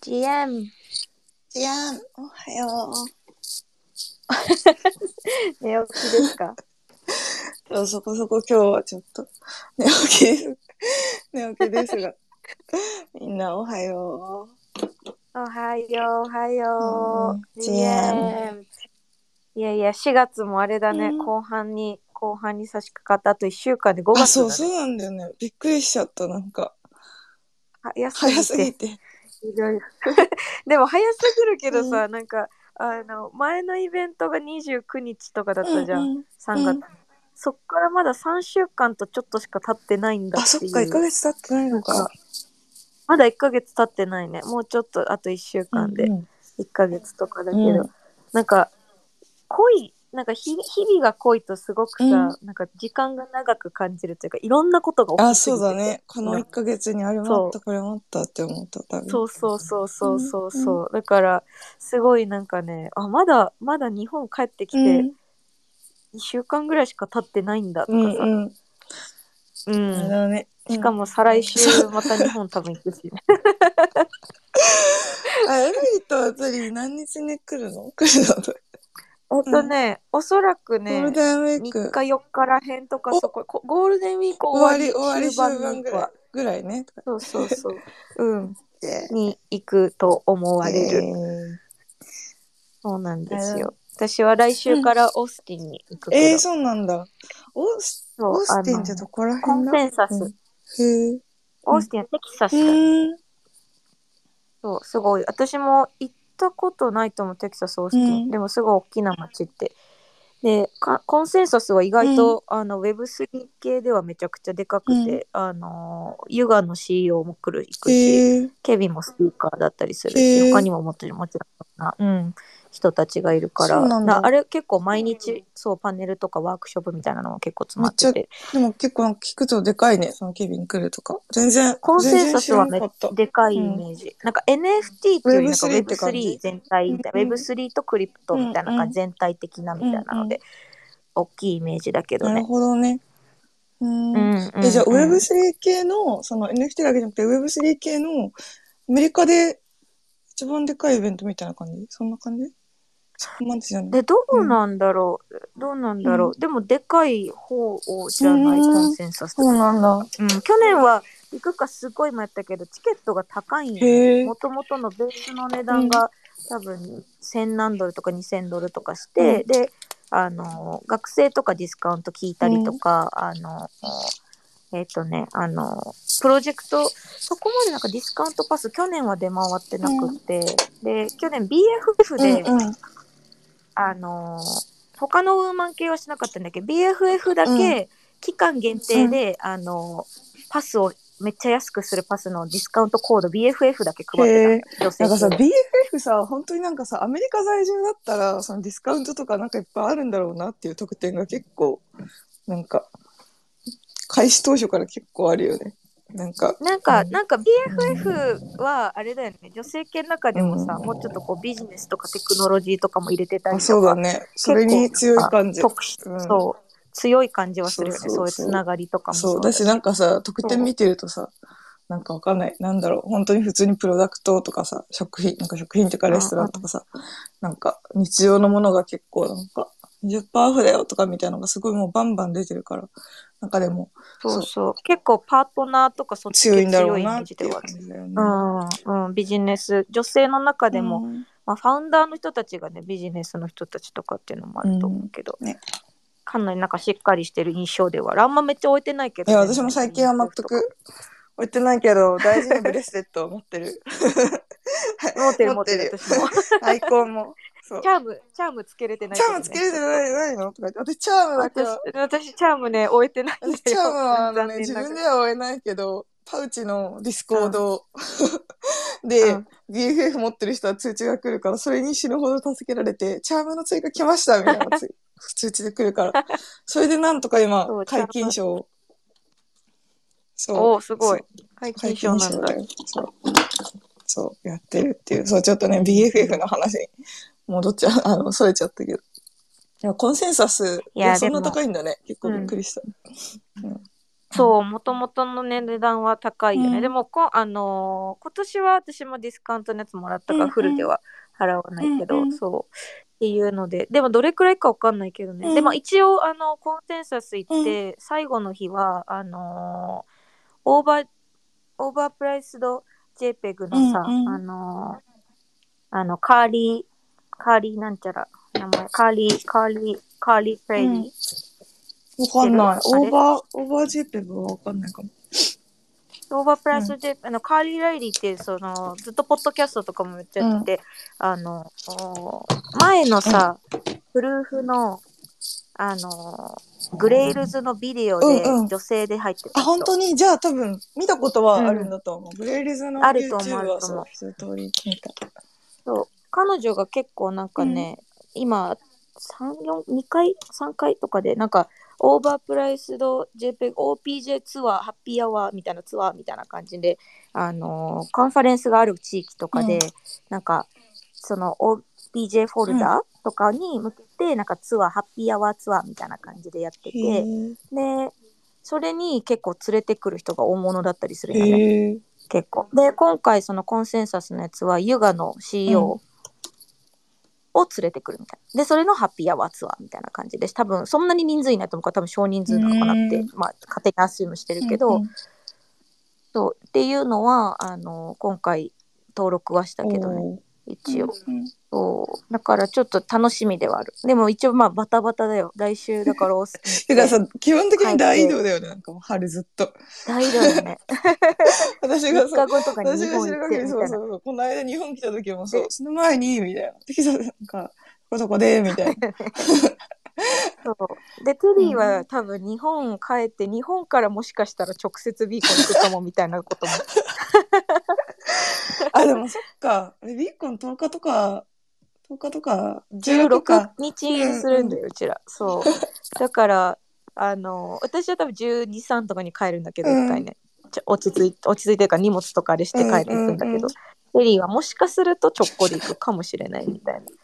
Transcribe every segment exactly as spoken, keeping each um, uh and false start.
ジエンじゃん、おはよう。寝起きですか？ う。そこそこ今日はちょっと寝起きです。寝起きですが。みんなおはよおはよう、おはう。 ようん、 う。ジじゃん。 エン。いやいや、しがつもあれだね。 うん、 後半に、後半に差し掛かったあといっしゅうかんで5 あ、そう、そう月だね。 なんだよね。びっくりしちゃった。なんか、 早す早ぎて。 すぎて。 いろいろ。でも早すぎるけどうん、 さ、なんか、あの、前のイベントがにじゅうくにちとかだっうん、 たじゃん。 うん、 さんがつ。 うん。 そっからまださんしゅうかんとちょっとしか経ってないんだっあ、そっか、1 ていう。 ヶ月経ってないのか。 なんか、まだいっかげつ経ってないね。もうちょっとあといっしゅううん、 かんでうん、 いっかげつとかだうけど、 ん、 なんか濃い、なんか日日々が濃いとすごくうん。 さ、なんか時間が長く感じるというか、いろんなことがあ、 起きすぎてて、 そうだね。このな 1ヶ月にあれもあっそた、これもあったって思った、多う、 分。 そうそうそうそううん、 そううん、 そう。だから、すごいなんかね、あ、まだ、まだ日本帰ってきてうん、 にしゅうかんぐらいしか経ってないんだうん、 とかさ。 うん。 うあれん。 だね。うん。 しかも再来そう。 週また日本多分行くし。 あ、エミリとは次何日に来るの来るのと。 えっうん。 とね、おそらくゴールね、 デンウィー 3 ク。 日よっからへんとかお、 そこ、こゴールデンウィーク終わ終わり、終わりり終終盤に行くわ。 盤ぐらい。ぐらいね。とか。 そうそうそう。うん。 で、 に行くと思えわれる。 ー、 そうなんあれだね。 ですよ。私は来週うん。 からオースティンに行くけえー、 ど、 そうなんだ。オース、 そう、 オースティンってどあの、 こらコン辺だ？ センサス。 うん。へえ。うん。 オースティンはテキサうスだね。 ーん。 そう、すごい。私も行ったことないと思う、テキサス、オースティン。 うん。 でもすごい大きな街って。で、かコンセンサスは意うん。 外とあの ウェブスリー 系ではめちゃくちゃでかうん。 くて、あの、ユガの シーイーオー も来る、行へくし、 え。 ケビンもスピーカーだったりすへるし、他え。 にももちろん、もちろんな、うん、人たちがいるかそうら、 なんだ。 なあれ結構毎日、そう、パネルとかワークショップみたいなのも結構詰めっちゃ、 まってて、 でも結構聞くとでかいね。そのケビン来るとか。全然、 コンセン全然知らサスはめっんかった。 でかいイうん。 メージ。なんか エヌエフティー っていうよりなんかウェブスリー って感ウェブスリーじ？ 全体うん、 みたいな、 うん、 ウェブスリー とクリプトうん、 みたいな感じ、 うん、 全体的なみうん、 たいなので、 うん。 大きいイメージだけどなるね。 ほどね。ううーん。 んうえ、じゃあんうん。 ウェブスリー 系の、その エヌエフティー だけじゃなくて ウェブスリー 系のアメリカで一番でかいイベントみたいな感じ？そんな感じ？そこまでじゃない？ で、どうん。 うなんだろう。どうなんうん。 だろう。でも、でかい方うじゃない、コンーん。 センサス。 そうなんだ。 うん、去年は行くかすごい迷ったけど、チケットが高いんよね。 へえ。 もともとのベースの値うん。 段が多分せん何ドルとかにせんドルとかしうん。 て、で、あの、学生とかディスカウント聞いたりとうん。 か、あの、えっ、とね、あの、プロジェクト、そこまでなんかディスカウントパス、去年は出回ってなくっうん。 て、で、去年 ビーエフエフうん。 で、 うん。 あのー他のウーマン系はしなかったんだけど、ビーエフエフ だうん。 け期間限うん。 定で、あのーパスをめっちゃ安くするパスのディスカウントコード ビーエフエフ だけ配ってたへえ。 のよ。女なんかさ、 性系で。 ビーエフエフ さ、本当になんかさ、アメリカ在住だったら、そのディスカウントとかなんかいっぱいあるんだろうなっていう特典が結構、なんか、開始当初から結構あるよね。なんか、 なんか、 うん。 なんか ビーエフエフ はあれだよね。女性系の中うん。 でもさ、もうちょっとこうビジネスとかテクノロジーとかも入れてたあ、 りとか、 そうだね。それ結構に強いなんか感じ。 特殊、 うん。 そう、強い感じはすそうるよね。そういうつそうそう。 ながりとかもそう。だし、なんそうだし。 かさ、特典そ見てるとさ、なんかわかんない。なんだろう。本当に普通にプロダクトとかさ、食品、なんか食品とかう。うレストラんうん。 ンとかさ、なんか日常のものが結構なんかにじゅっパーセントオフだよとかみたいなのがすごいもうバンバン出てるから、なんかでも、そう、 そうそう。結構パートナーとかそっち系強いんだろ強いイメうなってージではある。 いう感じだよね。 うん、うん、ビジネス、女性の中うでも、 ん。 まあ、ファウンダーの人たちがね、ビジネスの人たちとかっていうのもあると思ううん。 けど、 ね。 かなりなんかしっかりしてる印象ではある。あんまめっちゃ置いてないけど、 いや、 全然私も最近は全ビーエフエフ とか。 く置いてないけど、大事にブレスレットを持ってる。 持ってる持ってる、 持ってるよ。 私も。 アイコンも。そう。 チャーム、チャームつけれてなチャーいけどね、 ムつけれてちょっと。 ないないのとか言って。私、チャームだけ私、 は、 私、チャームね、置いてないん私、チャームだよ。 は、あのね、自分残念ながら。 では追えないけど、パウチのディスうん、 コードで、 うん。 ビーエフエフ 持ってる人は通知が来るから、それに死ぬほど助けられて、チャームの追加来ましたみたいなつ通知で来るから、それでなんとか今、 そう、チャ解ーム。 禁賞を、そおー、 う、 すごい。 そう、 解禁解賞なんだ。 禁賞だよ。そう、そう、やってるっていう。そう、ちょっとね、 うん、 ビーエフエフ の話に戻っちゃう、あの、それちゃったけど。いや、コンセンサス、いや、 いや、 そんなでも、 高いんだね。結構うん。 びっくりした。うん。 そう、もともとの、ね、値段は高いよね。 うんでもこ、あのー今年は私もディスカウントのやつもらったから、 うんフルでは払わなういけど、 んうんそう。っていうので、でもどれくらいかわかんないけどね。でもうん一応、あの、コンセンサス行っうんて、最後の日は、あのーオーバー、オーバープライスド JPEG うのさ、あんうんのーあの、カーリー、カーリーなんちゃら、名前、カーリー、カーリー、カーリープレうん。 イリーわ知ってるかんない。 あれオーバー、オーバー JPEG はわかんないかも。 オーバープライスうん。 で、あの、カーリー・ライリーって、その、ずっとポッドキャストとかもめっちゃうん。 やってて、あの、お前のさ、プルーフの、あの、グレイルズのビデオうんでうん。 女性で入ってあ、 た人。 本当にじゃあ多分見たことはあるんうん。 だと思う。グレイリズのあると思う、 YouTube はそう、 あると思う。 一通り見た。 そう。彼女が結構なんうん。 かね、今、さん、よん、にかい、さんかいとかで、なんか、オーバープライスド JPEG、オーピージェー ツアー、ハッピーアワーみたいなツアーみたいな感じで、あのーカンファレンスがある地域とかうん。 で、なんか、その オーピージェー フォルうん。 ダーとかに向けて、なんかツアー、ハッピーアワーツアーみたいな感じでやってへて、 え。 で、それに結構連れてくる人が大物だったりするへよね。 え。 結構。で、今回そのコンセンサスのやつは、ユガのうん。 シーイーオー、を連れてくるみたいな。で、それのハッピーアワーツアーみたいな感じです。多分、そんなに人数いないと思うから、多分少人う数なのかなって、 ーん。 まあ、勝手にアスュームしてるけど、 うんうん。 そう、っていうのは、あの、今回登録はしたけどね、 おー。うん一応。 うん。 そう、だからちょっと楽しみではある。でも一応まあバタバタだよ。来週だから大好きに行っててかさ、基本的に大移帰って、 動だよね。なんかもう春ずっと。 大移動だね。3 私がそう、 日後とかに私日本行っが知る限りてみたいな。 そうそうそう。この間日本来た時もそう、 で、 その前に、みたいな。テキサスなんか、こここで、みたいな。 そう。で、テリーうん。 は多分日本帰って、日本からもしかしたら直接ビーコン行くかもみたいなこともあ、でもそっか。あれビーコンとおかとか、とおかとか、 16 じゅうろくか。 日う入りするんだんうん。 よ、うちら。そう。だから、あの、私は多分じゅうに、さんとかに帰るんだけど、一うん。 回ね。ちょ落ち着いて、落ち着いてるから荷物とかあれしうんて帰る、行くんだけど、 うんうん。 テリーはもしかすると直行で行くかもしれないみたいな。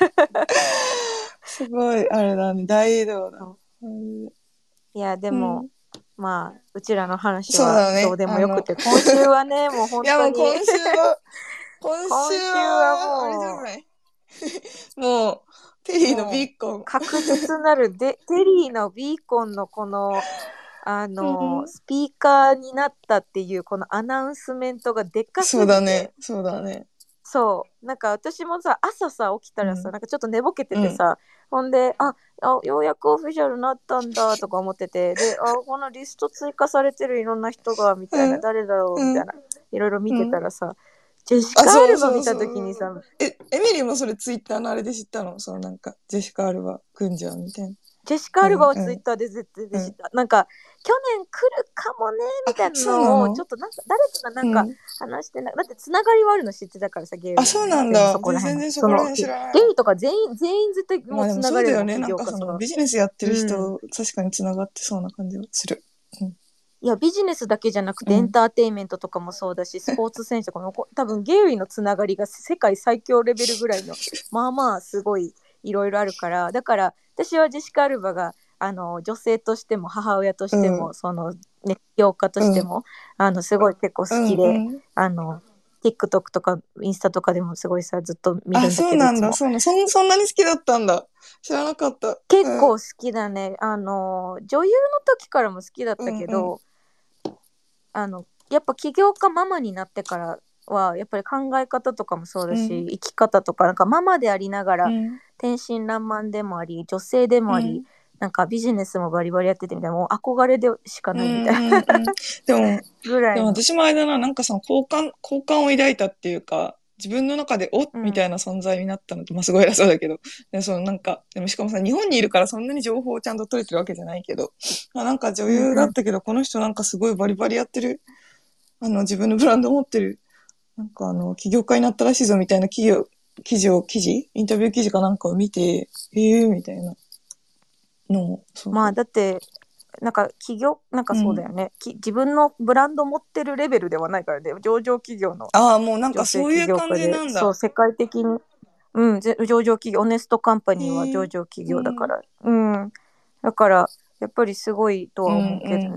すごい、あれだね。大移動だ。 そううん。 いや、でも、 うん。 まあ、うちらの話そうはだね。 どうでもあの、 よくて、今週はね、もういやもう本当に今週は、今週今週はは、あれじゃもないもう、テう、 リーのもう、 ビーコン。 確実なるで、テリーのビーコンのこの、あうの、 ん。 スピーカーになったっていうこのアナウンスメントがでかそうすぎて、 だね。そうだね。 そう、なんか私もさ、朝さ、起きたらさ、 うん。 なんかちょっと寝ぼけてうん。 てさ、ほんで、あ、あ、ようやくオフィシャルになったんだとか思ってて、で、あ、このリスト追加されてるいろんな人が、みたいな、 うん。 誰だろうみうん。 たいな、いろいろ見うん。 てたらさ、ジェシあ、 カ・アそうルバ見たそうそう。 ときにさ、 え、エミリーもそれツイッターのあれで知ったのそのなんか、ジェシカ・アルバ組んじゃうみたいな。 ジェシカ・アルバをツイッうんうんターで絶対でうん。 知った。なんか、去年来るかもね、 あ、 みたいなそうなのを、ちょのっとなんか、誰かがなんかうん。 話してな、だってつながりはあるの知ってたからさ、ゲイあ、 リーにね。 そうなん全部そだ。で、 こら辺の。 全然そその、 こら辺ゲ知らないわ。 ゲイとか全員、全員絶対もうまあでもつながれるもん、 そうだよね。 起なんかその業家その。 ビジネスやってるうん。 人、確かに繋がってそうな感じはする。うん。 いや、ビジネスだけじゃなくて、エンうん。 ターテインメントとかもそうだし、スポーツ選手とかも、こ多分ゲイリーのつながりが世界最強レベルぐらいの、まあまあ、すごい、いろいろあるから、だから、私はジェシカ・アルバが、あの、女性としても、母親とうん。 しても、その、ね、起業家とうん。 しても、あの、すごい結構好うん。うきで、 ん。 あの、TikTok とかインスタとかでもすごいさ、ずっと見あ、 るんだけど、 そうなんだ。 いつも。 そうな、そん、そんなに好きだったんだ。知らなかった。うん。 結構好きだね。あの、女優の時からも好きだったうんうん。 けど、あの、やっぱ起業家ママになってからは、やっぱり考え方とかもそうだし、 うん。 生き方とか、なんかママでありながら、 うん。 天真爛漫でもあり、女性でもあり、 うん。 なんかビジネスもバリバリやっててみたいな、もう憧れでしかうんないみたいなうんうん。でも、 ぐらいの。 でも私もあれだな、なんかその好感、好感を抱いたっていうか、自分の中でおうん。 みたいな存在になったのって、まあすごい偉そうだけど、でそのなんか、でもしかもさ、日本にいるからそんなに情報をちゃんと取れてるわけじゃないけど、あなんか女優だうんうん。 ったけど、この人なんかすごいバリバリやってる、あの自分のブランド持ってる、なんかあの、起業家になったらしいぞみたいな記事を、記事を、記事インタビュー記事かなんかを見て、ええー、みたいなのを、そうまあ、 そう。 だって、なんか企業、なんかうん。 そうだよね。き自分のブランド持ってるレベルではないからね。上場企業のああ、もうなんか女性起そういう感業家で、そう、 じなんだ。 世界的にうん、ぜ上場企業、オネストカンパニーはへえ。 上場企うん。 業だから。うん。だから、やっぱりすごいとうは思うけどんね。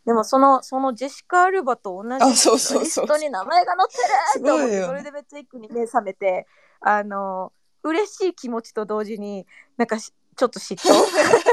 でもそのそのジェシカ・アルバと同あ、 じそうそうそう。 リストに名前が載ってすると思って、 ごいよね。 それでめっちゃ一気に目覚めて、あの嬉しい気持ちと同時になんかしちょっと嫉妬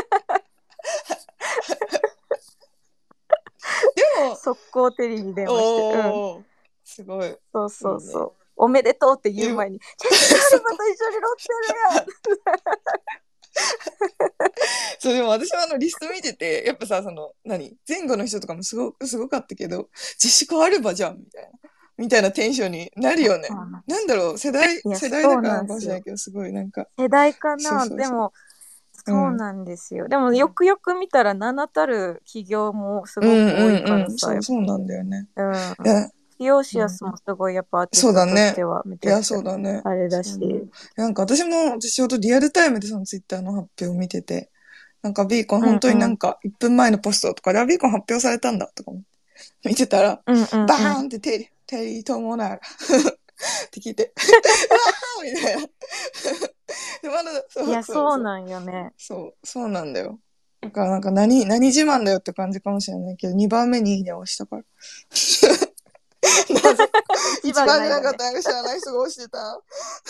でも、 速攻テリーに電話して、うん、 おー、すごい。 そうそうそう、 いいね。 おめでとうって言う前にジェシカ・アルバと一緒に乗ってるやんそう、でも私はあのリスト見てて、やっぱさ、その、何前後の人とかもすごく、すごかったけど、ジェシカ・アルバじゃんみたいな。みたいなテンションになるよね。なんだろう、世代、 いや、 世代そうだからなのかもなんですよ。 しれないけど、すごいなんか、 世代かな。 そうそうそう。 でも、 うん。 そうなんですよ。でも、よくよく見たら、名だたる企業もすうんごく多いうんうん。 からさ、 そう、 やっそうなんだよね。 ぱうん。 いや、 フィオシうん、 アスもすごい、やっぱアーティスそうトとしだね。 てはめいや、 ちゃくちゃそうだね。 あれだし。 そうな。なんか私も、私ちょうどリアルタイムでそのツイッターの発表を見てて、なんかビーコン本当になんかいっぷんまえのポストとかで、あ、ビーコン発表されたんだとか思って見てたら、 うんうんバーンうん。 ってテリー、テリーともながって聞いて、うわーみたいな。で、まだ、そういや、 そうそう。 そうなんよね。 そう、そうなんだよ。だからなんか何、何自慢だよって感じかもしれないけど、にばんめにいいねを押したから。謎。 一番じゃ一番じゃなないよね。 かったなんか知らない人が押してた。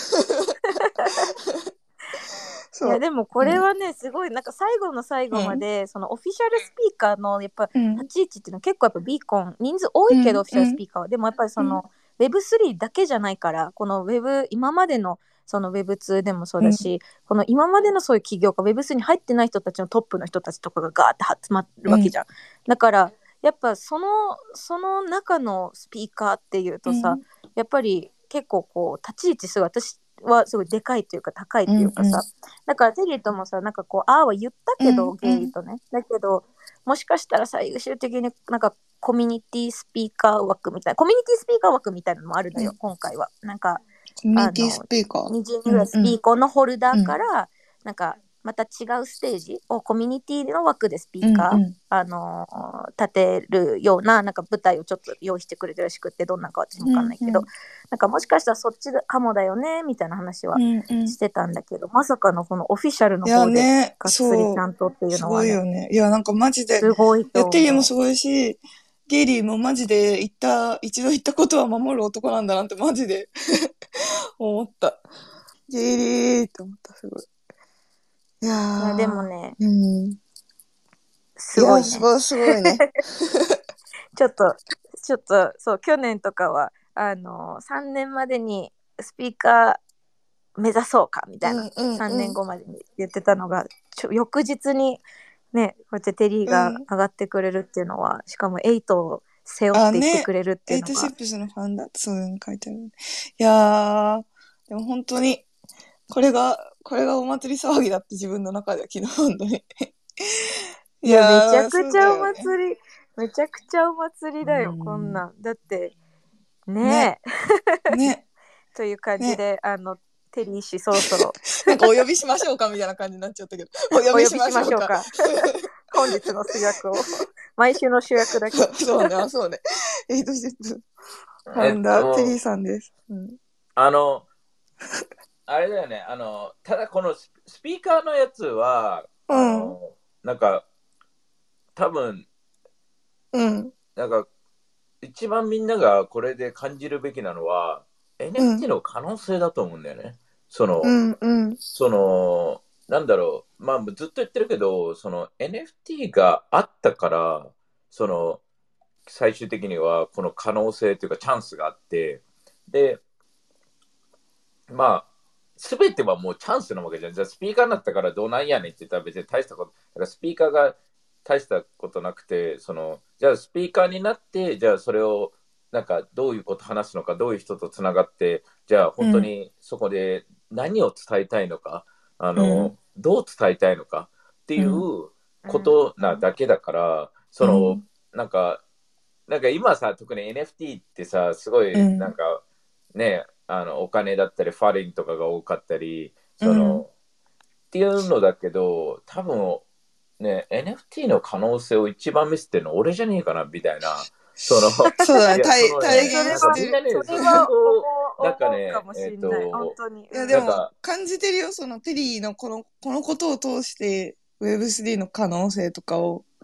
いや、 そう。 でもこれはね、すごい、なんか最後の最後まうん。 で、そのオフィシャルスピーカーのやっぱうん。 立ち位置っていうのは結構やっぱビーコン、人数多うん。 いけどオフィシャうん。 ルスピーカーは、でもやっぱりそうん。 の ウェブスリー だけじゃないから、この Web、今までのその ウェブツー でもそううん。 だし、この今までのそういう企業が ウェブスリー に入ってない人たちのトップの人たちとかがガーって集まるうん。 わけじゃん。だから、やっぱその、その中のスピーカーっていうとさ、 うん。 やっぱり結構こう、立ち位置すごい、私はすごいでかいというか高いうん。 というかさ、だからテリーともさ、なんかこう、ああは言ったうん。 けど、 うん。 ゲイとね。だけど、もしかしたら最終的になんかコミュニティスピーカー枠みたいな、コミュニティスピーカー枠みたいなのもあるのよ、 うん。 今回は。なんか、 コミュニティスあの、 ピーカー。 にじゅうにんうん。 ぐらいスうん。 ピーカーのホルダうん。 ーから、なんか、また違うステージをコミュニティの枠でスピうん。 ーカー、 うん。 あの立てるような、なんか舞台をちょっと用意してくれてるらしくって、どんなんか私もわかんないけど、なんかもしかしたらそっちかもだよね、みたいな話はうん。うん。 してたんだけど、まさかのこのオフィシャルのいや方でね、 がっつりちそう、 ゃんとっていうすのはね、 ごいよね。いや、なんかマジで、 すごいいや、 と思う。 テリーもすごいし、ゲイリーもマジで言った、一度言ったことは守る男なんだなってマジで思った。ゲイリーって思った、すごい。いやいや、でもー、 ね、 うん。いやー、 すごいね。 すごい、すごいね。 ちょっと、ちょっと、そう、去年とかは、あの、さんねんまでにスピーカー目指そうか、みたいな、 うん、うん、 3 うん。 年後までに言ってたのが、ちょ翌日にね、こうやってテリーうん。 が上がってくれるっていうのは、しかもエイトを背負っあ、 ていってくね、 れるっていうのが、 エイトシップスのファンだってそういうの書いてある。いやー、でも本当に、これが、これがお祭り騒ぎだって自分の中では昨日本当に。いいや、めちゃやー、そうくちゃおだよね。 祭り、めちゃくちゃお祭りうだよ、こんん。 なん。だって、 ね、 ねえ。 ね、 という感じね。 で、あの、テリー氏そろそろなんかお呼びしましょうかみたいな感じになっちゃったけど。お呼びしお呼びしましょうか。 ましょうか。本日の主役を。毎週の主役だけど。 そうね、あ、そうね。エイトシップスフえっァウンダー、テリーと、 さんです。うん。 あの、あれだよね、あの、ただこのススピーカーのやつは、 うあん。 の、なんか、多分、 うん。 なんか、一番みんながこれで感じるべきなのは、 うエヌエフティーん。 の可能性だと思うんだよね。その、 うん。うん。 その、なんだろう、まあ、ずっと言ってるけど、その エヌエフティー があったから、その、最終的にはこの可能性というかチャンスがあって、で、まあ、すべてはもうチャンスなわけじゃん。じゃあ、スピーカーになったからどうなんやねんって言ったら別に大したこと、だからスピーカーが大したことなくて、その、じゃあスピーカーになって、じゃあそれを、なんかどういうこと話すのか、どういう人とつながって、じゃあ本当うん。 にそこで何を伝えたいのか、あうん。 の、どう伝えたいのかっていううん。 ことなだけだから、その、 うん。 なんか、なんか今さ、特に エヌエフティー ってさ、すごい、 うん。 なんか、ね、あの、お金だったり、ファリンとかが多かったり、 うん。 その、っていうのだけど、多分、ね、エヌエフティー の可能性を一番見せてるの俺じゃねえかな、みたいな。その、 そうだね。 いや、そ体、 のね、 体それは、 なんか現してる。 みんなね、 それそ、そは思こ、 う、 なんか思うかね、えっもしんない。本と、 当に。 いや、 うん。 でも、 なんか、 感じてるよ。そのテリーのこの、このことを通して、ウェブスリー の可能性とかを、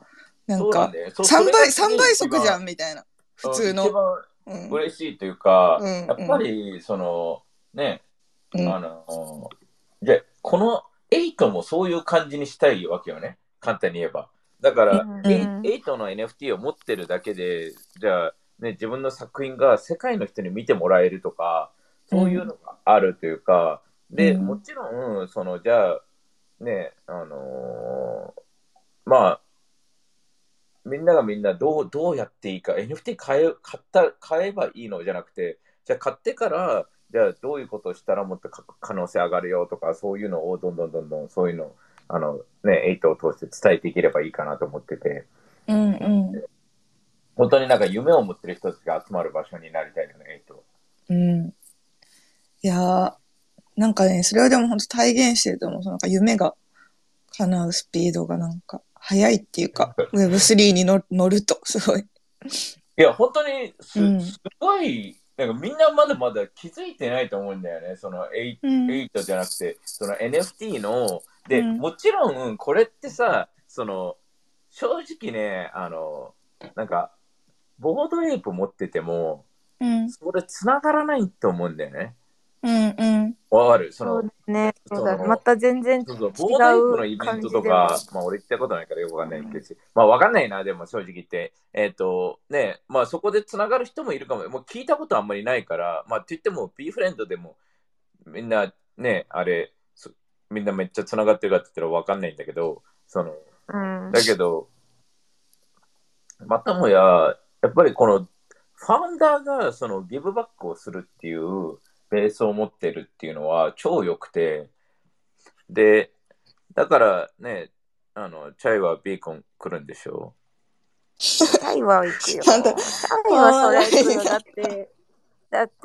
なんかそうなんだよ。そさんばい、 それがさんばい速じゃ一んみたいな。普番通の。 一番うん。 嬉しいというか、 うんやっぱり、その、ね、 うんあの、で、このエイトもそういう感じにしたいわけよね。簡単に言えば。だかうら、 んエイうんエイトの エヌエフティー を持ってるだけで、じゃあ、ね、自分の作品が世界の人に見てもらえるとか、そういうのがあるというか、で、もうんちろん、その、じゃあ、ね、あのーまあ、みんながみんなどう、どうやっていいか、エヌエフティー 買え、買った、買えばいいのじゃなくて、じゃあ買ってから、じゃあどういうことをしたらもっとか可能性上がるよとか、そういうのをどんどんどんどん、そういうのを、あの、ね、エイトを通して伝えていければいいかなと思ってて、 うんうん本当になんか夢を持ってる人たちが集まる場所になりたいよね、エイト。 うん。いやー、なんかね、それはでも本当体現してると思う。そのなんか夢が叶うスピードがなんか速いっていうか、ウェブスリー に乗乗ると、すごい。 いや、本当にす、 うんすごい、なんかみんなまだまだ気づいてないと思うんだよね。そのエイうんエイトじゃなくて、その エヌエフティー の、で、 うんもちろんこれってさ、その、正直ね、あの、なんか、ボードエイプ持ってても、 うんそれ繋がらないと思うんだよね。 うんうんわかるそそうの、 ですね。そうだね。まその、 た全然そうそう、 違ボードエイプのうイベント感じでは。 とか、まあ俺行ったことないからよくわかんないけど、まあわかんないな、でも正直言って。えっ、と、ね、まあそこで繋がる人もいるかも。もう聞いたことあんまりないから、まあって言っても B フレンドでもみんなね、あれ、そみんなめっちゃ繋がってるかって言ったらわかんないんだけど、その、 うん。 だけど、またもや、やっぱりこの、ファウンダーがそのギブバックをするっていうベースを持ってるっていうのは超良くて、で、だからね、あの、チャイはビーコン来るんでしょチャイは行くよ。 あんたチャイはそりゃ行くよ。だって、だって、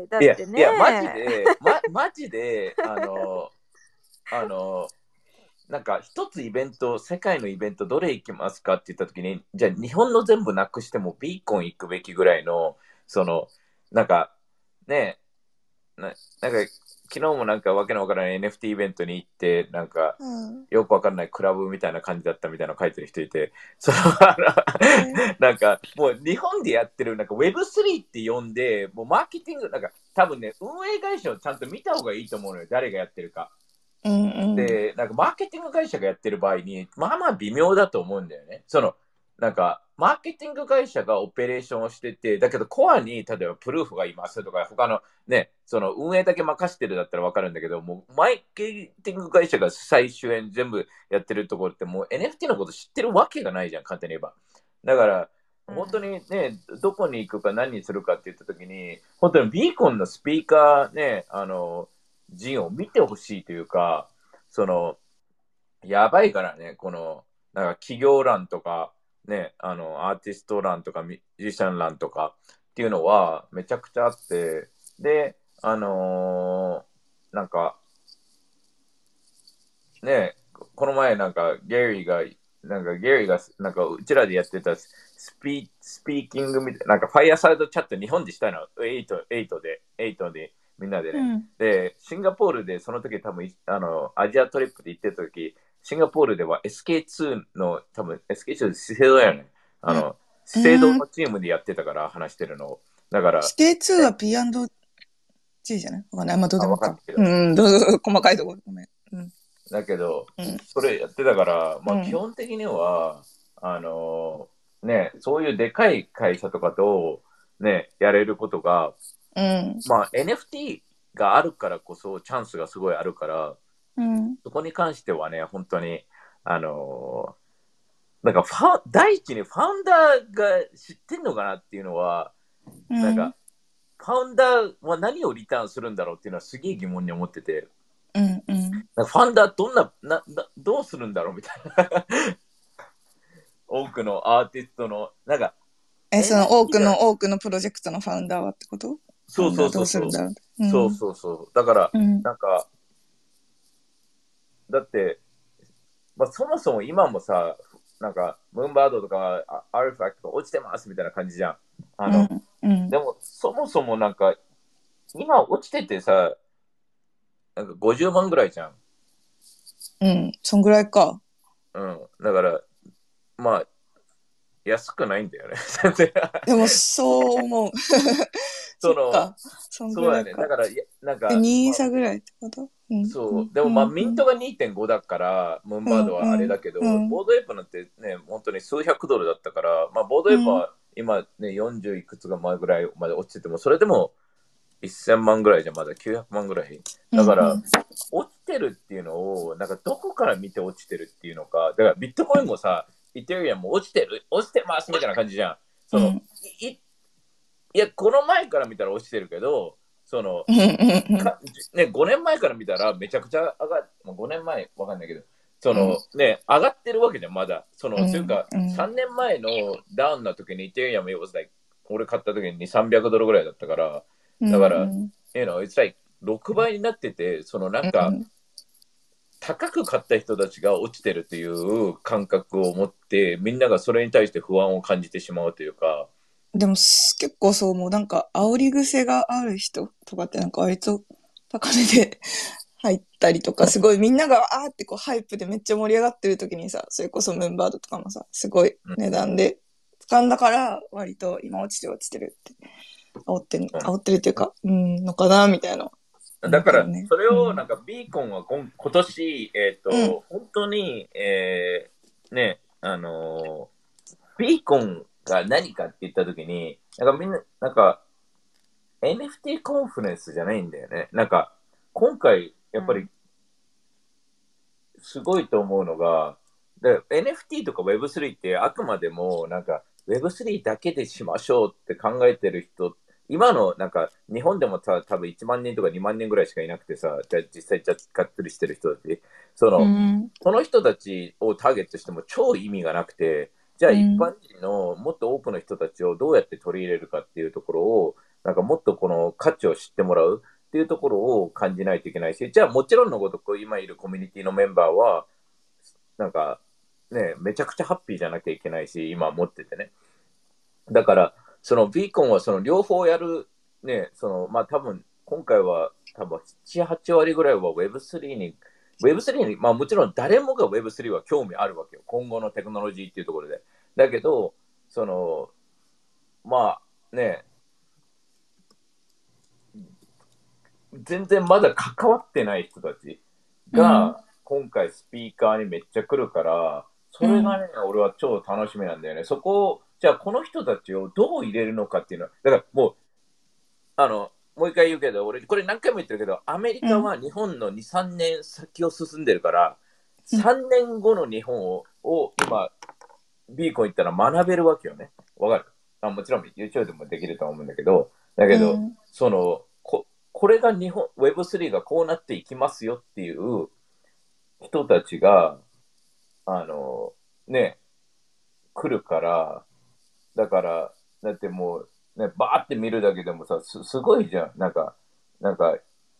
だういや、 ってね。 いや、マジで、ま、マジで、あの、あの、なんか一つイベント、世界のイベントどれ行きますかって言ったときに、じゃあ日本の全部なくしてもビーコン行くべきぐらいの、その、なんか、ね、ななんか昨日もなんかわけのわからない エヌエフティー イベントに行って、なんかうんよくわかんないクラブみたいな感じだったみたいなの書いてる人いて、そのあのなんかもう日本でやってるなんか ウェブスリー って呼んで、もうマーケティング、なんか多分ね、運営会社をちゃんと見た方がいいと思うのよ、誰がやってるか。 うんうんで、なんかマーケティング会社がやってる場合に、まあまあ微妙だと思うんだよね。その、なんか、マーケティング会社がオペレーションをしてて、だけどコアに、例えばプルーフがいますとか、他のね、その運営だけ任してるだったらわかるんだけど、もうマーケティング会社が最終演全部やってるところって、もう エヌエフティー のこと知ってるわけがないじゃん、簡単に言えば。だから、本当にね、どこに行くか何にするかって言ったときに、本当にビーコンのスピーカーね、あの、陣を見てほしいというか、その、やばいからね、この、なんか企業欄とか、ね、あの、アーティスト欄とか、ミュージシャン欄とかっていうのはめちゃくちゃあって、で、あのーなんか、ね、この前なんか、ゲリーが、なんか、ゲリーが、なんか、うちらでやってたスピスピーキングみたいな、なんか、ファイアサイドチャット日本でしたいの、エイト、エイトで、エイトで、みんなでね。 うんで、シンガポールで、その時多分、あの、アジアトリップで行ってた時、シンガポールでは エスケーツー の、多分 エスケーツー で資生堂だよね。あの、資生堂のチームでやってたから話してるのを。だから、 ステイツーは ピーアンドジー じゃないわかんない。あんまどうでもいいかあわかんないけ。どうん、どうぞ、細かいところ。ごめん。うん。 だけど、 うんそれやってたから、まうんあ基本的には、あのね、そういうでかい会社とかと、ね、やれることが、 うん。 まあ エヌエフティー があるからこそチャンスがすごいあるから、 うん。 そこに関してはね、本当に、あのなんかファン、第一にファウンダーが知ってんのかなっていうのは、 うん。 なんか、ファウンダーは何をリターンするんだろうっていうのはすげえ疑問に思ってて、 うん。うん。 なんかファウンダーどんな、な、などうするんだろうみたいな。多くのアーティストの、なんか、 え、その多くエヌエフティー がの、多くのプロジェクトのファウンダーはってことそうそうそうファウンダーどうすそう。 るんだろうって。んそうそうそう。だから、 うん。 なんか、だって、まあ、そもそも今もさ、なんか、ムーンバードとかあアルファクトが落ちてますみたいな感じじゃん。あの、 うん。うんで。も、そもそもなんか、今落ちててさ、なんかごじゅうまんぐらいじゃん。 うん。そんぐらいか。 うん。だから、まあ、 安くないんだよね。全然でもそう思う。 そのそっか。そんぐそうやね。 らいか。 だから、いやなんえ、 か、まあ、 に差ぐらいってことうん。 そう。でも、まあ、 うん。 ミントがにてんごだから、ムーンうん。 バードはあれうん。 だけど、 うん。 ボードエイプなんてね、本当に数百ドルだったから、まあ、ボードうん。 エイプは今ね、よんじゅういくつが前ぐらいまで落ちてても、それでもせんまんぐらいじゃまだきゅうひゃくまんぐらい。 うん。 だから、落ちてるっていうのを、なんかどこから見て落ちてるっていうのか、だからビットコインもさ、イテリアムも落ちてる、落ちてますみたいな感じじゃん。その、 うん。 いいいや、この前から見たら落ちてるけど、その、 うん。うん。 かね、ごねんまえから見たらめちゃくちゃ上がっ、まあ、ごねんまえわかんないけど、そうん。 のね、上がってるわけじゃん、まだ。その、といううん。 か、さんねんまえのダウンの時にイテリアム、it was like 俺買った時にさんびゃくドルぐらいだったから、 うん。 だから、 うん。 you know, it's like ろくばいになってて、そのなんか、高く買った人たちが落ちてるという感覚を持って、みんながそれに対して不安を感じてしまうというか、 でもす結構そう思う。なんか煽り癖がある人とかってなんか割と高値で入ったりとか、すごいみんながあーってこうハイプでめっちゃ盛り上がってる時にさ、それこそムーンバードとかもさ、すごいうん値段で掴んだから割と今落ちてる落ちてるって煽ってん、煽ってるっていうか、うんのかなみたいな思だから、 うけどね。 それうん。 をなんかビーコンは今今年、えっ、 うん。 と、本当に、えーね、あのービーコンが何かって言ったときに、なんかみんな、なんか エヌエフティー コンフェレンスじゃないんだよね。なんか、今回、やっぱりうんすごいと思うのが、で エヌエフティー とか ウェブスリー ってあくまでもなんか ウェブスリー だけでしましょうって考えてる人、今のなんか日本でもた多分いちまん人とかにまん人ぐらいしかいなくてさ、じゃあ実際じゃあ使ったりしてる人たち、その、 うん。 その人たちをターゲットしても超意味がなくて、じゃあうん。 一般人のもっと多くの人たちをどうやって取り入れるかっていうところを、なんかもっとこの価値を知ってもらうっていうところを感じないといけないし、じゃあもちろんのごとく今いるコミュニティのメンバーは、なんかね、めちゃくちゃハッピーじゃなきゃいけないし、今持っててね。だから、そのビーコンはその両方やる、ね、その、まあ多分、今回は多分なな、はち割ぐらいは ウェブスリー に、ウェブスリー に、まあもちろん誰もが ウェブスリー は興味あるわけよ。今後のテクノロジーっていうところで。だけど、その、まあね、全然まだ関わってない人たちうん。 が今回スピーカーにめっちゃ来るから、そうん。 れがね、俺は超楽しみなんだよね。そこを、じゃあこの人たちをどう入れるのかっていうのは、だからもう、あの、もう一回言うけど、俺、これ何回も言ってるけど、アメリカうん。 は日本のに、さんねん先を進んでるから、 うん。 さんねんごの日本をを今、ビーコン行ったら学べるわけよね。わかるあもちろん YouTube でもできると思うんだけど、だけど、 うん。 その、ここれが日本、ウェブスリー がこうなっていきますよっていう人たちが、あの、ね、来るから、だから、だってもう、ね、バーって見るだけでもさ、す、すごいじゃん。なんか、なんか、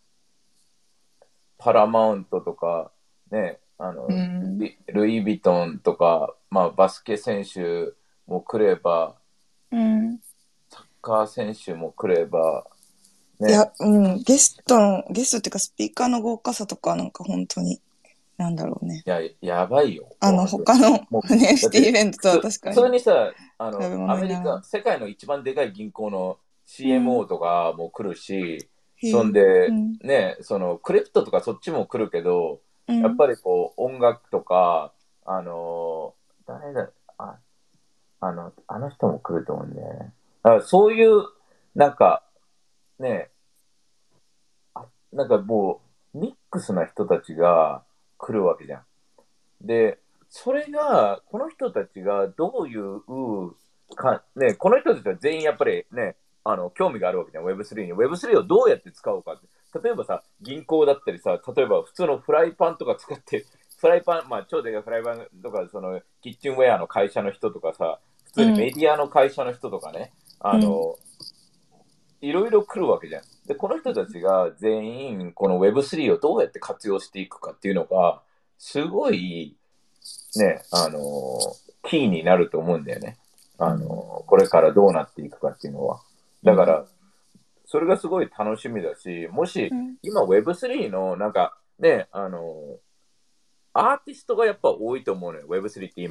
パラマウントとか、ね、あうの、 ん。 ルルイ・ヴィトンとか、まあ、バスケ選手も来れば、 うん。 サッカー選手も来れば、ね、 いや、うん。ゲストの、ゲストっていうかスピーカーの豪華さとかなんか本当に、なんだろうね。 いや、やばいよ、 あの、 もう本当に。 他のもう、だっエヌエフティー イて、 ベントとはふ確かに普通にさ、あの、 比べ物アメリカ、 にならん。 世界の一番でかい銀行のうん。 シーエムオー とかも来るし、そんへえ。うで、 ん。 ね、その、クリプトとかそっちも来るけど、 うん。 やっぱりこう、音楽とか、あの、誰だ、あ、あの、あの人も来ると思うんだよね。だからそういう、なんか、ね、あ、なんかもう、ミックスな人たちが来るわけじゃん。で、それが、この人たちがどういうか、ね、この人たちは全員やっぱりね、あの、興味があるわけじゃん、ウェブスリー に。ウェブスリー をどうやって使うかって。例えばさ、銀行だったりさ、例えば普通のフライパンとか使って、フライパン、まあ、超でかいフライパンとか、その、キッチンウェアの会社の人とかさ、普通にうん。 メディアの会社の人とかね、 うん。 あの、いろいろ来るわけじゃん。で、この人たちが全員、この ウェブスリー をどうやって活用していくかっていうのが、すごい、ね、あの、キーになると思うんだよね。あの、 うん。 これからどうなっていくかっていうのは。 うん。 だから、それがすごい楽しみだし、もし、 うん。 今 ウェブスリー の、なんか、ね、あの、アーティストがやっぱ多いと思うのよ、ウェブスリー って今。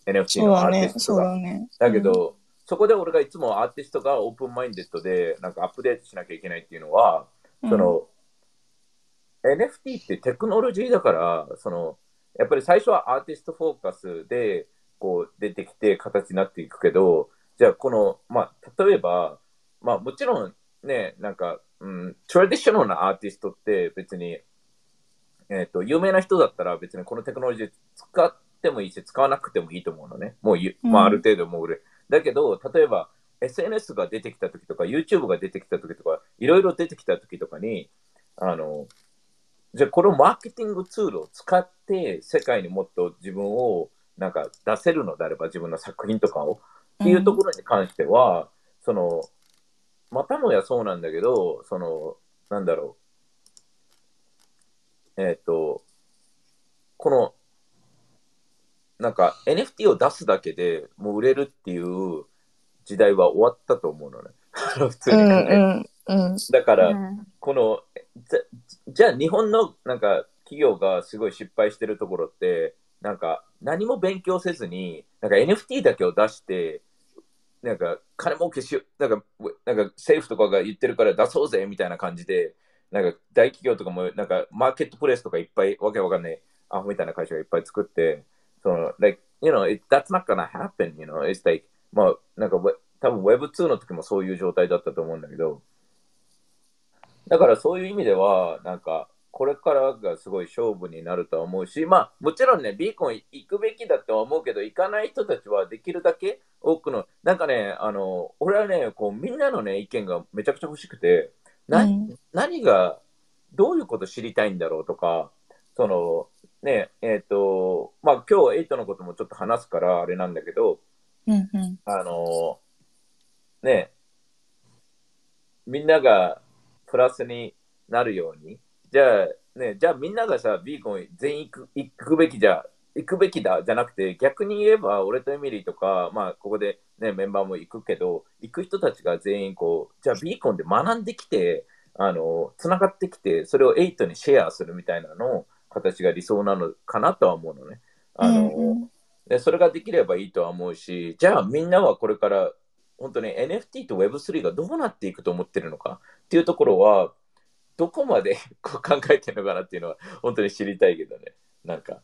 エヌエフティーそうだのアーティねそうストが。 だねだけど、うん、そこで俺がいつもアーティストがオープンマインデッドでなんかアップデートしなきゃいけないっていうのは、 うん、 その エヌエフティー ってテクノロジーだから、そのやっぱり最初はアーティストフォーカスでこう出てきて形になっていくけど、じゃあこの、まあ、例えば、まあもちろんね、なんか、うん、トラディショナルなアーティストって別に、えっと、有名な人だったら別にこのテクノロジー使ってもいいし、使わなくてもいいと思うのね。もう、まあある程度もう売れ。だけど、例えば エスエヌエス が出てきた時とか、YouTube が出てきた時とか、いろいろ出てきた時とかに、あの、じゃあこのマーケティングツールを使って世界にもっと自分をなんか出せるのであれば、自分の作品とかをっていうところに関しては、うん、そのまたもやそうなんだけど、そのなんだろう、えっ、ー、とこのなんか エヌエフティー を出すだけでもう売れるっていう時代は終わったと思うのね。普通に考えて、うんうんうん、だから、うん、このじゃあ日本のなんか企業がすごい失敗してるところって、なんか何も勉強せずになんか エヌエフティー だけを出してなんか金儲けしよう、なんかなんか政府とかが言ってるから出そうぜみたいな感じで、なんか大企業とかもなんかマーケットプレイスとかいっぱいわけわかんないアホみたいな会社がいっぱい作って、その like you know it, that's not gonna happen, you know it's like まあなんか多分 ウェブツー の時もそういう状態だったと思うんだけど、だからそういう意味ではなんかこれからがすごい勝負になるとは思うし、まあもちろんねビーコン行くべきだとは思うけど、行かない人たちはできるだけ多くのなんかね、あの俺はねこうみんなのね意見がめちゃくちゃ欲しくて、な、うん、何がどういうこと知りたいんだろうとか、そのねえっ、ー、とまあ今日エイトのこともちょっと話すからあれなんだけど、 うんうん、 あのねみんながプラスになるように、じゃあね、じゃあみんながさ、ビーコン全員行く行くべきじゃ、行くべきだじゃなくて、逆に言えば、俺とエミリーとか、まあ、ここでね、メンバーも行くけど、行く人たちが全員こう、じゃあビーコンで学んできて、あの、つながってきて、それをエイトにシェアするみたいなの形が理想なのかなとは思うのね。あの、うんうん、でそれができればいいとは思うし、じゃあみんなはこれから本当に エヌエフティー と ウェブスリー がどうなっていくと思ってるのかっていうところは、どこまでこう考えてるのかなっていうのは本当に知りたいけどね。なんか。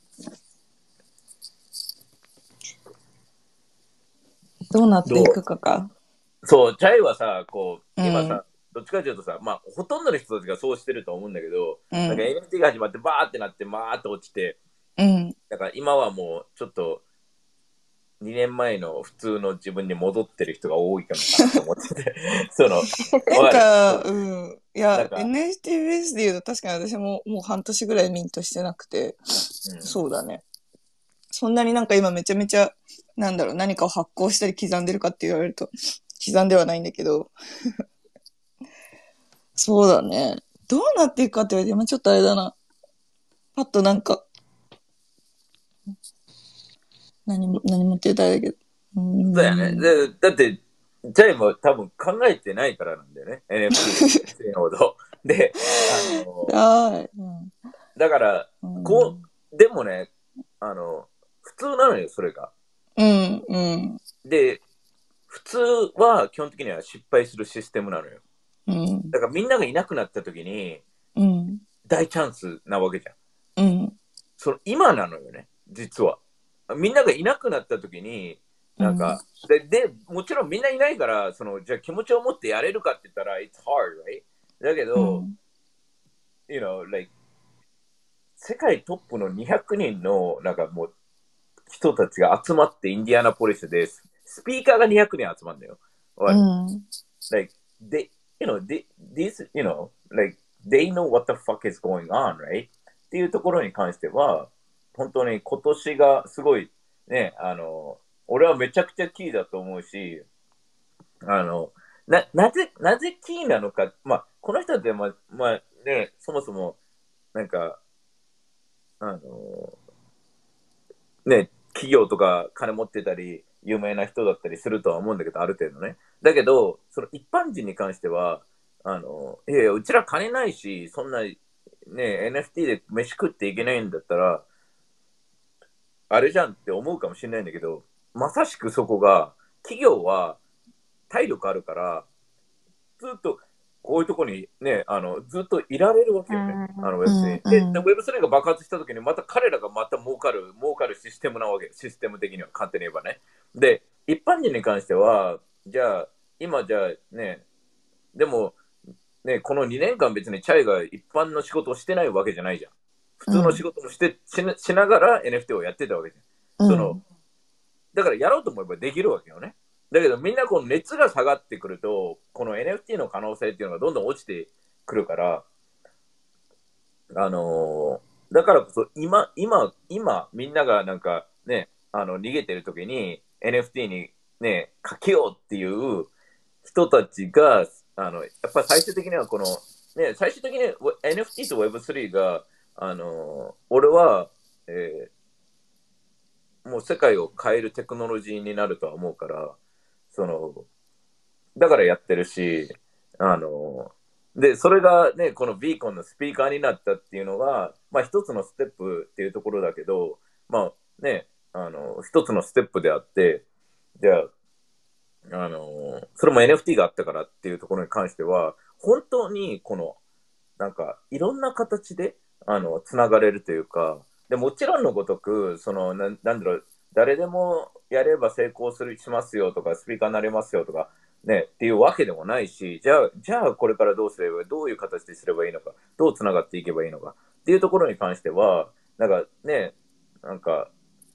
どうなっていくかか。 そう、チャイはさ、こう、今さ、うん、どっちかというとさ、まあ、ほとんどの人たちがそうしてると思うんだけど、うん、なんか エヌエフティー が始まってバーってなって、バーって落ちて、 うん、 だから今はもうちょっと、にねんまえの普通の自分に戻ってる人が多いかなと思っててそのなんか、うん、いや エヌエフティー ベースで言うと確かに私ももう半年ぐらいミントしてなくて、うん、そうだね、そんなになんか今めちゃめちゃなんだろう何かを発行したり刻んでるかって言われると刻んではないんだけどそうだね、どうなっていくかって言われて今ちょっとあれだな、パッとなんか何も、何もって言ったらあれだけど。 そうやね。でだって、ジャイも多分考えてないからなんだよね。エヌエフティー ほど。で、あの、うん、だから、こう、でもね、あの、普通なのよ、それが。 うんうん。 で、普通は基本的には失敗するシステムなのよ。 うん、 だからみんながいなくなった時に、 うん、 大チャンスなわけじゃん。うん、 その今なのよね、実は。みんながいなくなった時に、なんか、うん、で、で、もちろんみんないないから、その、じゃあ気持ちを持ってやれるかって言ったら、it's hard, right? だけど、うん、you know, like, 世界トップのにひゃくにんの、なんかもう、人たちが集まってインディアナポリスで、スピーカーがにひゃくにん集まるんだよ。 うん、 like, they, you know, they, these, you know, like, they know what the fuck is going on, right? っていうところに関しては、本当に今年がすごい、ね、あの、俺はめちゃくちゃキーだと思うし、あの、な、なぜ、なぜキーなのか、まあ、この人って、まあ、まあね、そもそも、なんか、あの、ね、企業とか金持ってたり、有名な人だったりするとは思うんだけど、ある程度ね。だけど、その一般人に関しては、あの、いやいや、うちら金ないし、そんな、ね、エヌエフティー で飯食っていけないんだったら、 あれじゃんって思うかもしれないんだけど、まさしくそこが、企業は体力あるから、ずっとこういうとこにね、あの、ずっといられるわけよね。あの ウェブスリー。で、ウェブスリー が爆発した時に、また彼らがまた儲かる、儲かるシステムなわけ。システム的には簡単に言えばね。で、一般人に関しては、じゃあ、今じゃあね、でも、ね、このにねんかん別にチャイが一般の仕事をしてないわけじゃないじゃん。普通の仕事もして、しなしながら エヌエフティー をやってたわけじゃん。その、だからやろうと思えばできるわけよね。だけどみんなこの熱が下がってくると、この エヌエフティー の可能性っていうのがどんどん落ちてくるから、あのーだからこそ今、今、今、みんながなんかね、あの、逃げてる時に エヌエフティー にね、かけようっていう人たちが、あの、やっぱり最終的にはこの、ね、最終的に エヌエフティー と ウェブスリー が、あのー俺は、えーもう世界を変えるテクノロジーになるとは思うから、その、だからやってるし、あの、で、それがね、このビーコンのスピーカーになったっていうのが、まあ一つのステップっていうところだけど、まあね、あの、一つのステップであって、じゃあ、あの、それも エヌエフティー があったからっていうところに関しては、本当にこの、なんか、いろんな形で、あの、つながれるというか、でもちろんのごとく、その、ななんだろう、誰でもやれば成功する、しますよとか、スピーカーになれますよとか、ね、っていうわけでもないし、じゃあ、じゃあこれからどうすれば、どういう形ですればいいのか、どうつながっていけばいいのか、っていうところに関しては、なんかね、なんか、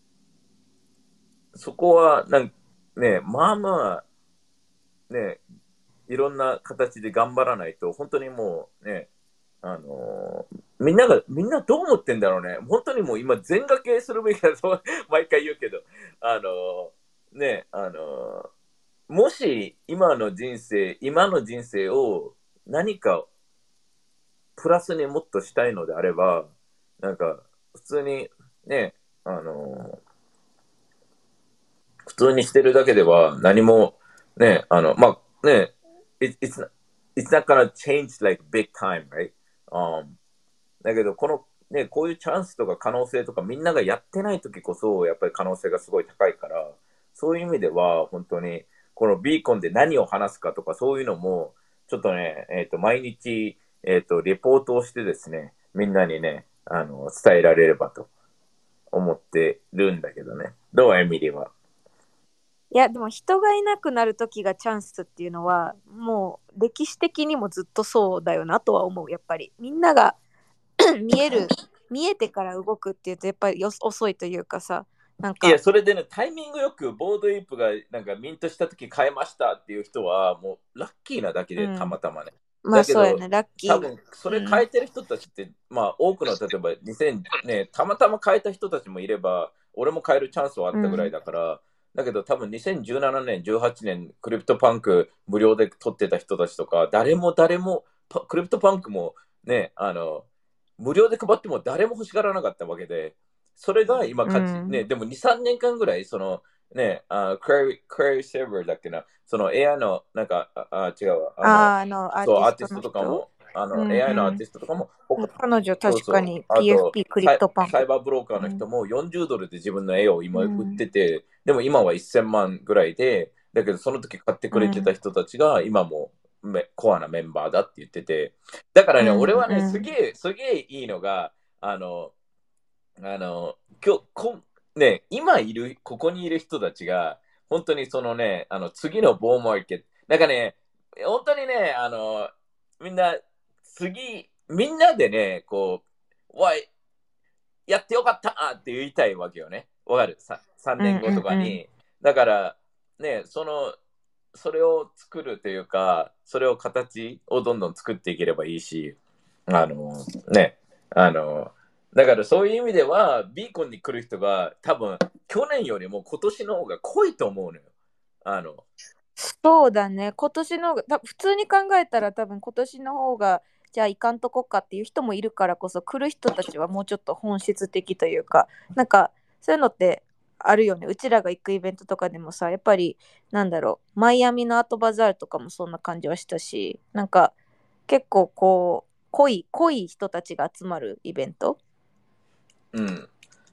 そこは、なんね、まあまあ、ね、いろんな形で頑張らないと、本当にもうね、あのーみんなが、みんなどう思ってんだろうね。本当にもう今全掛けするべきだと毎回言うけど、あのーね、あのーもし今の人生、今の人生を何かプラスにもっとしたいのであれば、なんか普通にね、あのー普通にしてるだけでは何もね、あの、まあね、it, it's, not, it's not gonna change like big time, right? Um, だけど、この、ね、こういうチャンスとか可能性とかみんながやってない時こそ、やっぱり可能性がすごい高いから、そういう意味では、本当に、このビーコンで何を話すかとか、そういうのも、ちょっとね、えっ、と、毎日、えっ、と、レポートをしてですね、みんなにね、あの、伝えられればと思ってるんだけどね。どうエミリーは。 いや、でも人がいなくなる時がチャンスっていうのは、もう歴史的にもずっとそうだよなとは思う。やっぱりみんなが見える、見えてから動くっていうとやっぱりよ遅いというかさ、なんいや、 か、 それでね、タイミングよくボードイープがなんかミントした時変えましたっていう人は、もうラッキーなだけで、 うん、 たまたまね。 まだけど、 あそうやね、ラッキー。 多分それ変えてる人たちって、うん、まあ多くの、例えばにせんね、たまたま変えた人たちもいれば、俺も変えるチャンスはあったぐらいだから、うん、だけど多分にせんじゅうななねん、じゅうはちねん、クリプトパンク無料で取ってた人たちとか、誰も誰も、クリプトパンクもね、あの、無料で配っても誰も欲しがらなかったわけで、それが今価値、うん、ね、でもに、さんねんかんぐらい、その、ね、あクエリ、クエリセーバーだっけな、その エーアイ の、なんか、あ、あ違うわ、あの、 あのアそう、アーーティストのティストとか人、 も、あの、 うんエーアイ のアーうん、 ティストとかも、 彼女そうそう、 確かにあピーエフとピー クリサイ、 プトパンク、 サイバーブローカーの人もよんじゅうドルで自分の絵を今売っうん、 てて、でも今はせんまんぐらいで、だけどその時買ってくれてた人たちが今もめコアなメンバーだって言ってて、だからね、 うん、 俺はね、 うん、 すげえ、すげえいいのが、あの、あの、今日、こんね、今いる、ここにいる人たちが、本当にそのね、あの、次のボーマーケット、なんかね、本当にね、あの、みんな、次、みんなでね、こう、わい、やってよかったって言いたいわけよね。わかる？ さん 年後とかに。だから、ね、その、それを作るというか、それを形をどんどん作っていければいいし、あの、ね、あの、だからそういう意味では、ビーコンに来る人が多分、去年よりも今年の方が濃いと思うのよ。あの、 そうだね、今年の方が、普通に考えたら多分今年の方が、じゃあ行かんとこかっていう人もいるからこそ、来る人たちはもうちょっと本質的というか、なんかそういうのってあるよね。うちらが行くイベントとかでもさ、やっぱりなんだろう、マイアミのアートバザールとかもそんな感じはしたし、なんか結構こう濃い濃い人たちが集まるイベント。 うん。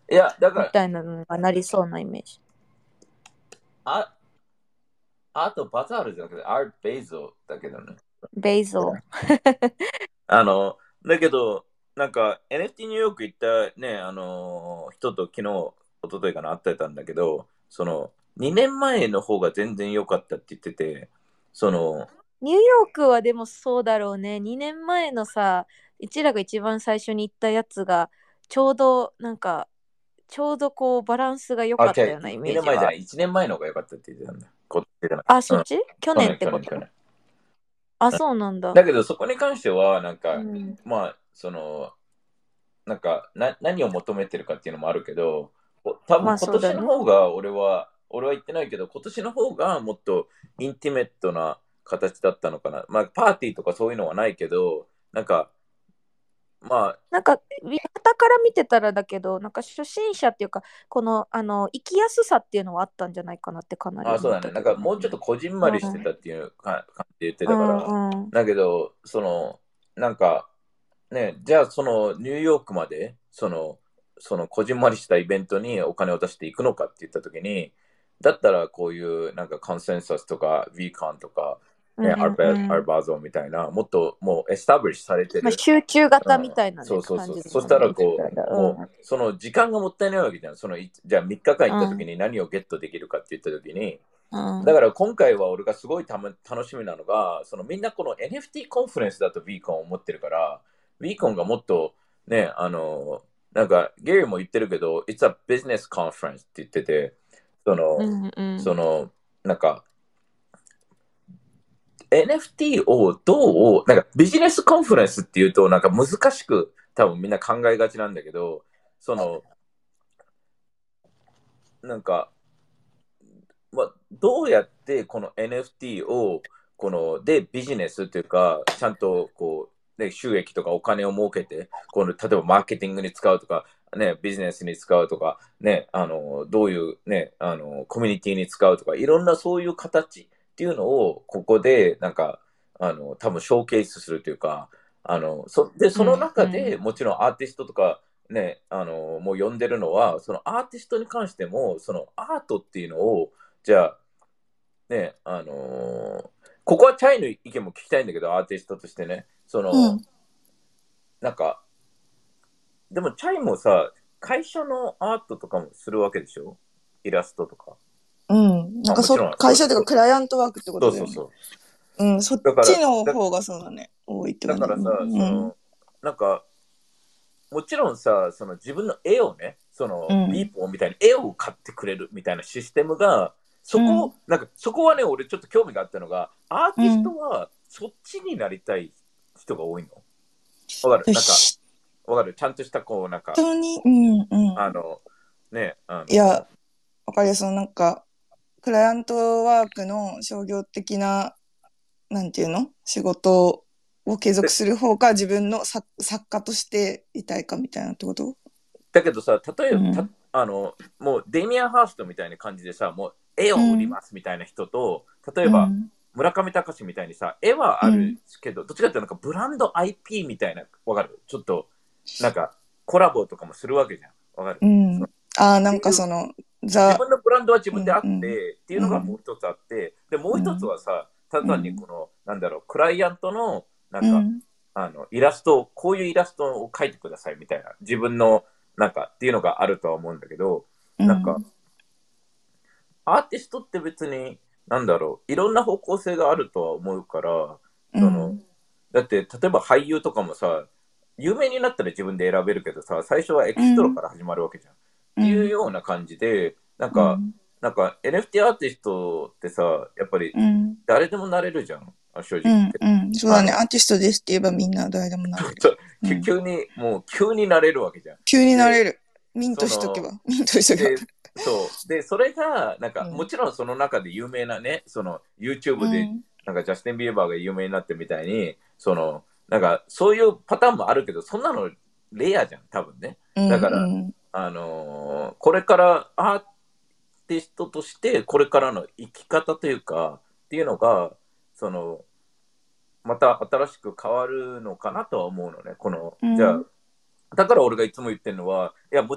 いや、だから、 みたいなのがなりそうなイメージ。 あ、あとバザールじゃなくて、アート・ベイゾーだけどね。 ベイゾー。 あの、だけど、なんか エヌエフティー ニューヨーク行ったね、あの人と昨日、一昨日かな、会ってたんだけど、その、にねんまえの方が全然良かったって言ってて、その、 ニューヨークはでもそうだろうね。にねんまえのさ、うちらが一番最初に行ったやつが、ちょうどなんか、ちょうどこうバランスが良あ、違う、 かったようなイメ 2 ージは。 年前じゃない、いちねんまえの方が良かったって言ってたんだ。こっちじゃない。 あ、そうん、 っち去去年、 年ってこと？ 去年、去年。 あ、そうなんだ。 だけど、そこに関しては、なんうか、 ん。 まあ、その、なんかな、何を求めてるかっていうのもあるけど、お多分まあ今年のそうだね。 方が俺は、俺は言ってないけど、今年の方がもっとインティメットな形だったのかな。まあ、パーティーとかそういうのはないけど、なんか、まなんか、旗から見てたらだけど、なんか初心者っていうか、この、あの、生きやすさっていうのはあったんじゃないかなってかなりあ、あ、そう思っだね。なんたけどね。 かもうちょっとこじんまりしてうん。 たっていうか感じで言ってうたから、 んうん。 だけど、その、なんか、ね、じゃあそのニューヨークまで、その、そのこじんまりしたイベントにお金を出していくのかって言ったときに、だったらこういうなんかコンセンサスとか V カンとか、ね、アルうんバアルうん。 バーゾンみたいな、もっともうエスタブリッシュされてまあ、 る。 集中うん、 型みたいなね、 そうそうそう。 感じだそしたもんね。 らこう、もうその時間がもったいないわけじゃん。そのいじゃあみっかかん行ったときうん。 に何をゲットできるかって言ったときに、 うん。うん。 だから今回は俺がすごいたま楽しみなのが、そのみんなこの エヌエフティー コンフェレンスだと V コンを持ってるから、V コンがもっとね、あの、なんかゲリーも言ってるけど、It's a business conference って言ってて、その、 うんうん。 その、なんか エヌエフティー をどう、なんかビジネスコンフェレンスっていうとなんか難しく多分みんな考えがちなんだけど、その、なんかまあ、どうやってこの エヌエフティー をこのでビジネスというかちゃんとこう、ね、収益とかお金を儲けてこの例えばマーケティングに使うとか、ね、ビジネスに使うとか、ね、あのどういう、ね、あのコミュニティに使うとかいろんなそういう形っていうのをここでなんかあの多分ショーケースするというかあのそでそのうんう中でん。 もちろんアーティストとかね、あのもう呼んでるのはそのアーティストに関してもそのアートっていうのをじゃあ、ね、あのーここはチャイの意見も聞きたいんだけど、アーティストとしてね。その、 うん。 なんか、でもチャイもさ、会社のアートとかもするわけでしょ？イラストとか。 うん。なんまあかそ、 もちろんそう、 会社というかクライアントワークってことだよね。 そうそうそう。 うん、そっだから、 ちのだ、 方がそうだね。多いって感じ。 だからさ、 うん。 その、なんか、もちろんさ、その自分の絵をね、そのビうん。 ーポンみたいに絵を買ってくれるみたいなシステムが、そうん。 こ、なんかそこはね、俺ちょっと興味があったのが、アーティスうん。 トはそっちになりたい人が多いの？わかる？なんか、 人わかる？ちゃんとしたこう、なんか、 に、うんうん。 あの、ね、あいや、 の、 わかりやすい。そのなんか、クライアントワークの商業的な、なんていうの仕事を継続でする方か、自分の作作家としていたいかみたいなってこと？ だけどさ、例えば、たうん。 あの、もうデイミアン・ハーストみたいな感じでさ、もう絵を売りうん。 ますみたいな人と、例えば、 うん。 村上隆みたいにさ、絵はあるうん。 けど、どっちかっていうとなんかブランド アイピー みたいな、わかる？ちょっと、なんかコラボとかもするわけじゃん。わかる？ うそのっん。ああ、なんていうかその、 自ザ、 分のブランドは自うん、 分であっうん、 てっていううん、 のがもう一つあって、で、もう一つうん、 はさ、ただ単にうん、 この、なんだろう、クライアントの、なんか、 うん、 あの、イラスト、こういうイラストを描いてくださいみたいな、自分の、なんか、っていうのがあるとは思うんだけど、なんか、 うん、 アーティストって別に、なんだろう、いろんな方向性があるとは思うから、その、 うん、 だって、例えば俳優とかもさ、有名になったら自分で選べるけどさ、最初はエキストラうん、 から始まるわけじゃん。っていううん、 ような感じで、なんか、 うん、 なんか エヌエフティー アーティストってさ、やっぱりうん、 誰でもなれるじゃん、正直うん、 言って。 うん。そうだね。 あの、 アーティストですって言えばみんな誰でもなれる。 そううん。 急に、もう急になれるわけじゃん。 急になで、 れる。ミントしとけその、 ば。ミントしとけば。 で、そう。で、それが、なんか、もうん、 ちろんその中で有名なね、その YouTube で、 うん、 なんかジャスティン・ビーバーが有名になってみたいに、その、なんか、そういうパターンもあるけど、そんなのレアじゃん、多分ね。 うん、 だから、 うん、 あのーこれからアーティストとして、これからの生き方というか、っていうのが、その、また新しく変わるのかなとは思うのね。この、じゃあ、 うん、 だから俺がいつも言ってるのは、いや、もちろん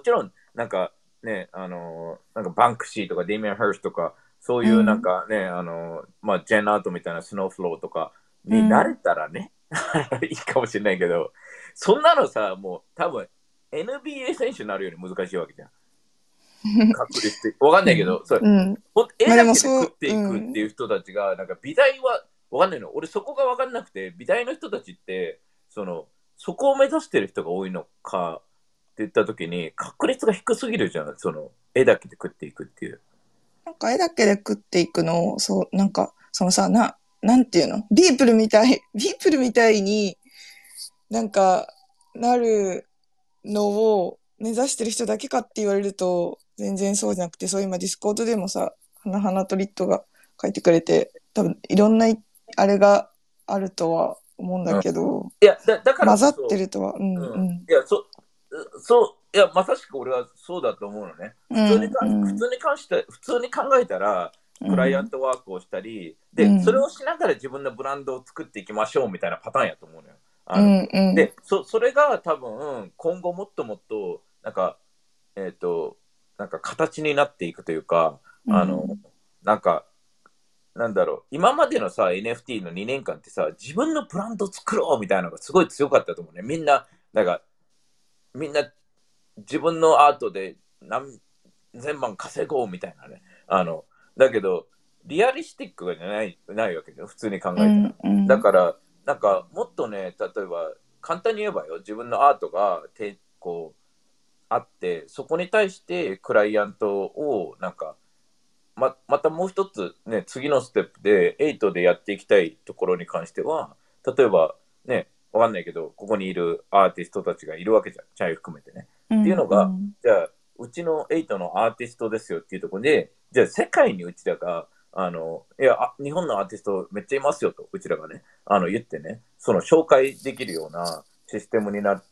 なんかね、あのーなんかバンクシーとかデイミアン・ハースとか、そういうなんかね、あのーまあ、ジェンアートみたいなスノーフローとかに慣れたらね、いいかもしれないけど、そんなのさ、もう多分 エヌビーエー 選手になるより難しいわけじゃん。確率って。わかんないけど、それ、 うん。 ほんと絵まあでだけでもそう食っていくっていう人たちが、なんか美大は、わかんないの。俺そこがわかんなくて、美大の人たちって、その、そこを目指してる人が多いのかって言ったときに、確率が低すぎるじゃん。その、絵だけで食っていくっていう。 なんか絵だけで食っていくのを、そう、なんか、そのさ、な、なんていうのビープルみたい、ビープルみたいになんか、なるのを目指してる人だけかって言われると、全然そうじゃなくて、そう今ディスコードでもさ、花々とリットが書いてくれて、多分いろんないあれがあるとは思うんだけど、 いや、だだから混ざっこそ、 てるとは、うんうん。 うん。 いや、そ、そう、いや、まさしく俺はそうだと思うのね。 う普通にかん、普んうん通に関して、普通に考えたら、クライアンうんトワークをしたり、で、それうんをしながら自分のブランドを作っていきましょうみたいなパターンやと思うのよ。 うあの、 んうんで、そ、それが多分、今後もっともっと、なんか、えっと、なんか形になっていくというか、 うあの、 んなんか、なんだろう、今までのさ、エヌエフティー のにねんかんってさ、自分のブランド作ろうみたいなのがすごい強かったと思うね。みんな、なんか、みんな自分のアートで何千万稼ごうみたいなね。あの、だけど、リアリスティックじゃない、ないわけだよ。普通に考うえたら。 んうんだから、なんか、もっとね、例えば、簡単に言えばよ、自分のアートが、てこう、あって、そこに対してクライアントを、なんか、ままたもう一つ、ね、次のステップで、エイトでやっていきたいところに関しては、例えば、ね、わかんないけど、ここにいるアーティストたちがいるわけじゃん。チャイ含めてね。っていううんのが、じゃあ、うちのエイトのアーティストですよっていうところで、じゃあ世界にうちらが、あの、いや、あ日本のアーティストめっちゃいますよと、うちらがね、あの、言ってね、その紹介できるようなシステムになって、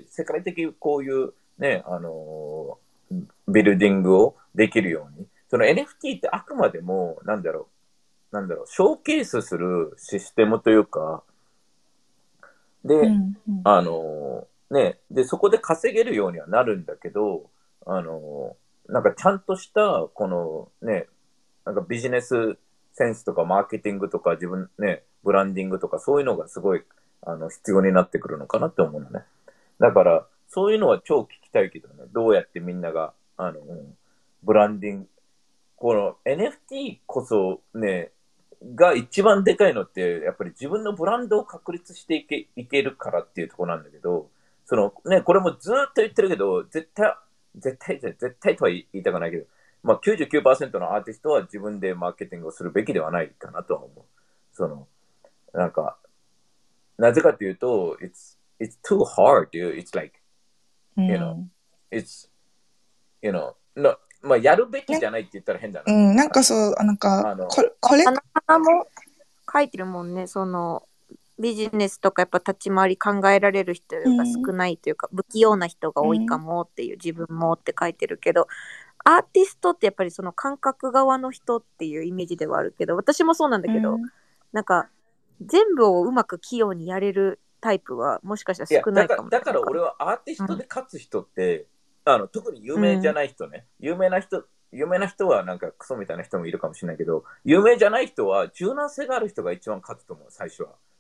世界的にこういうね、あの、ビルディングをできるように、その エヌエフティー ってあくまでも、なんだろう、なんだろう、ショーケースするシステムというか、で、 うんうんあの、ね、で、そこで稼げるようにはなるんだけど、あの、なんかちゃんとした、このね、なんかビジネスセンスとかマーケティングとか自分ね、ブランディングとかそういうのがすごい、あの、必要になってくるのかなって思うのね。だから、そういうのは超聞きたいけどね、どうやってみんなが、あの、ブランディング、この エヌエフティー こそね、が一番でかいのって、やっぱり自分のブランドを確立していけいけるからっていうところなんだけど、そのね、これもずっと言ってるけど、絶対、絶対、絶対とは言いたくないけど、まあきゅうじゅうきゅうパーセントのアーティストは自分でマーケティングをするべきではないかなとは思う。その、なんか、なぜかというと、it's, it's too hard, dude. It's like, う you know, ん it's, you know, no, まあやるべきねじゃないって言ったら変だな。 うん、なんかそう、あなんか、 あの、 ここれ、 花々も書いてるもんね。そのビジネスとかやっぱ立ち回り考えられる人が少ないというか、不器用な人が多いかもっていう、自分もって書いてるけど、アーティストってやっぱりその感覚側の人っていうイメージではあるけど、私もそうなんだけど、 うんなんか全部をうまく器用にやれるタイプはもしかしたいや、 ら少ないかも。 だからだから俺はアーティストで勝つ人って、あの特に有名じゃない人ね、有名な人、有名な人はなんかクソみたいな人もいるかもしれないけど、有名じゃない人は柔軟性がある人が一番勝つと思う、最初は。